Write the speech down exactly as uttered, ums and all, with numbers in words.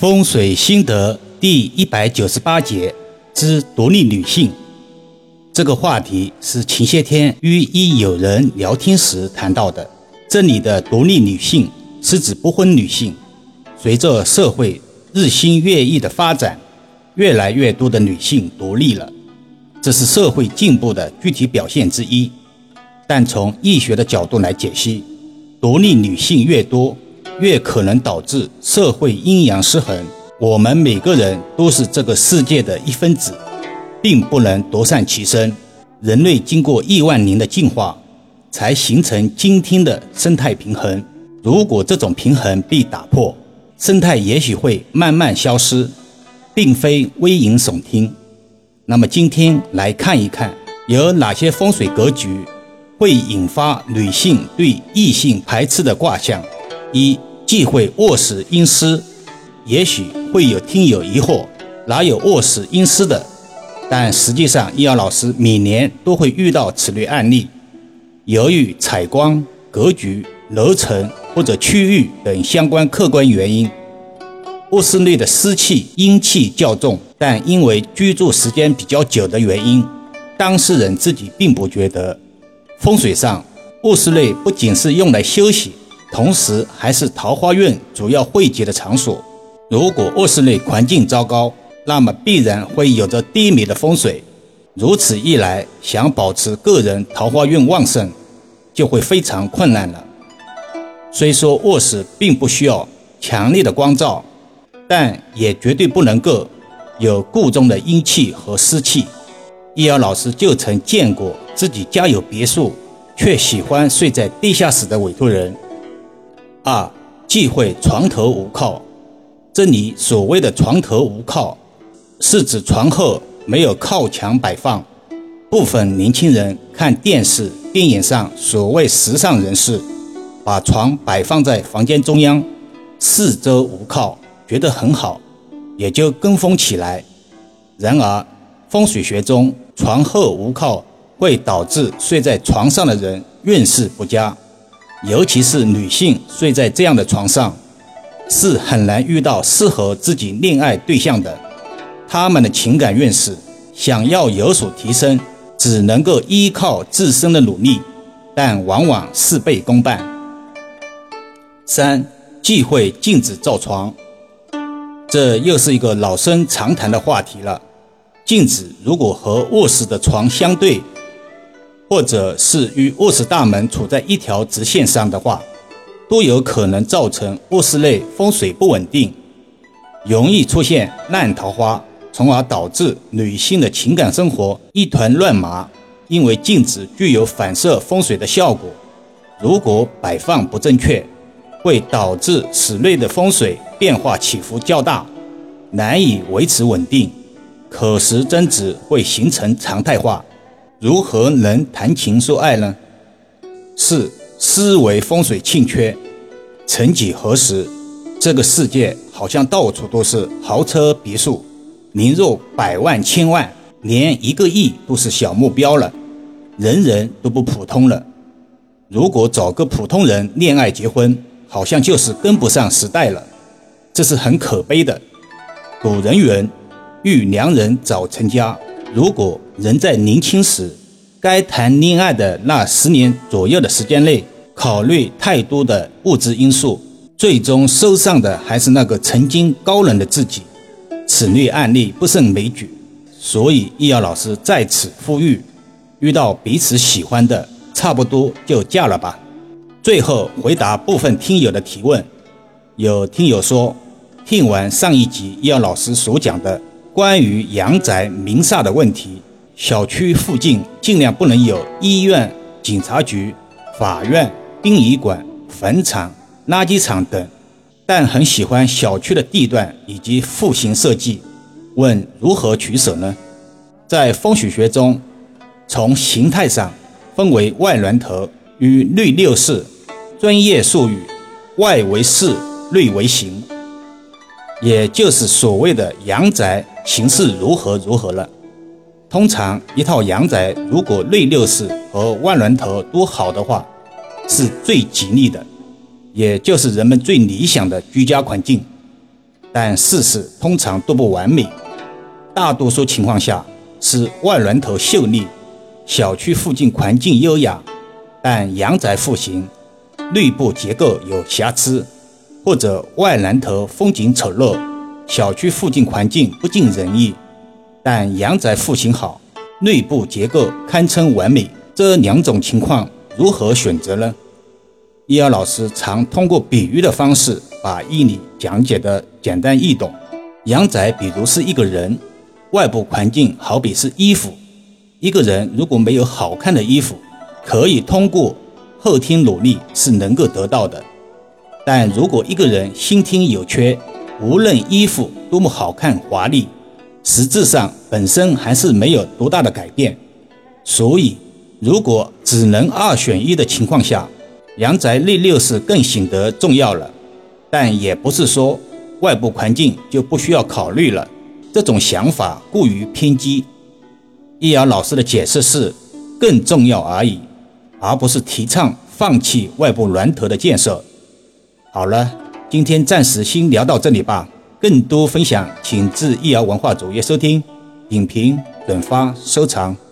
风水心得第一百九十八节之独立女性。这个话题是前些天与一友人聊天时谈到的。这里的独立女性是指不婚女性。随着社会日新月异的发展，越来越多的女性独立了，这是社会进步的具体表现之一。但从医学的角度来解析，独立女性越多，越可能导致社会阴阳失衡。我们每个人都是这个世界的一分子，并不能独善其身。人类经过亿万年的进化，才形成今天的生态平衡。如果这种平衡被打破，生态也许会慢慢消失，并非危言耸听。那么今天来看一看，有哪些风水格局会引发女性对异性排斥的卦象。一、忌讳卧室阴湿。也许会有听友疑惑，哪有卧室阴湿的？但实际上，易遥老师每年都会遇到此类案例。由于采光、格局、楼层或者区域等相关客观原因，卧室内的湿气、阴气较重，但因为居住时间比较久的原因，当事人自己并不觉得。风水上，卧室内不仅是用来休息，同时还是桃花运主要汇集的场所。如果卧室内环境糟糕，那么必然会有着低迷的风水。如此一来，想保持个人桃花运旺盛，就会非常困难了。虽说卧室并不需要强烈的光照，但也绝对不能够有故中的阴气和湿气。易遥老师就曾见过自己家有别墅，却喜欢睡在地下室的委托人。二、忌讳床头无靠。这里所谓的床头无靠，是指床后没有靠墙摆放。部分年轻人看电视、电影上所谓时尚人士，把床摆放在房间中央，四周无靠，觉得很好，也就跟风起来。然而，风水学中，床后无靠会导致睡在床上的人运势不佳，尤其是女性睡在这样的床上，是很难遇到适合自己恋爱对象的。他们的情感运势想要有所提升，只能够依靠自身的努力，但往往事倍功半。三、忌讳禁止造床。这又是一个老生常谈的话题了。镜子如果和卧室的床相对，或者是与卧室大门处在一条直线上的话，都有可能造成卧室内风水不稳定，容易出现烂桃花，从而导致女性的情感生活一团乱麻。因为镜子具有反射风水的效果，如果摆放不正确，会导致室内的风水变化起伏较大，难以维持稳定，可时争执会形成常态化。如何能谈情说爱呢？四、思维风水欠缺。曾几何时，这个世界好像到处都是豪车别墅，年入百万千万，连一个亿都是小目标了，人人都不普通了。如果找个普通人恋爱结婚，好像就是跟不上时代了，这是很可悲的。古人云，遇良人早成家。如果人在年轻时，该谈恋爱的那十年左右的时间内，考虑太多的物质因素，最终收上的还是那个曾经高冷的自己。此类案例不胜枚举，所以易遥老师在此呼吁，遇到彼此喜欢的，差不多就嫁了吧。最后回答部分听友的提问。有听友说，听完上一集易遥老师所讲的关于阳宅明煞的问题，小区附近尽量不能有医院、警察局、法院、殡仪馆、坟场、垃圾场等，但很喜欢小区的地段以及户型设计，问如何取舍呢？在风水学中，从形态上分为外峦头与内六室，专业术语外为室，内为形，也就是所谓的阳宅形式如何如何了。通常一套阳宅如果内六室和外峦头都好的话，是最吉利的，也就是人们最理想的居家环境。 但事实通常都不完美。大多数情况下是外峦头秀丽，小区附近环境优雅，但阳宅户型内部结构有瑕疵，或者外峦头风景丑陋，小区附近环境不尽人意，但阳宅户型好，内部结构堪称完美。这两种情况如何选择呢？易遥老师常通过比喻的方式把义理讲解的简单易懂。阳宅比如是一个人，外部环境好比是衣服。一个人如果没有好看的衣服，可以通过后天努力是能够得到的，但如果一个人先天有缺，无论衣服多么好看华丽，实质上本身还是没有多大的改变。所以如果只能二选一的情况下，阳宅内六是更显得重要了。但也不是说外部环境就不需要考虑了，这种想法过于偏激。易遥老师的解释是更重要而已，而不是提倡放弃外部峦头的建设。好了，今天暂时先聊到这里吧。更多分享请至易遥文化主页收听、点评、转发、收藏。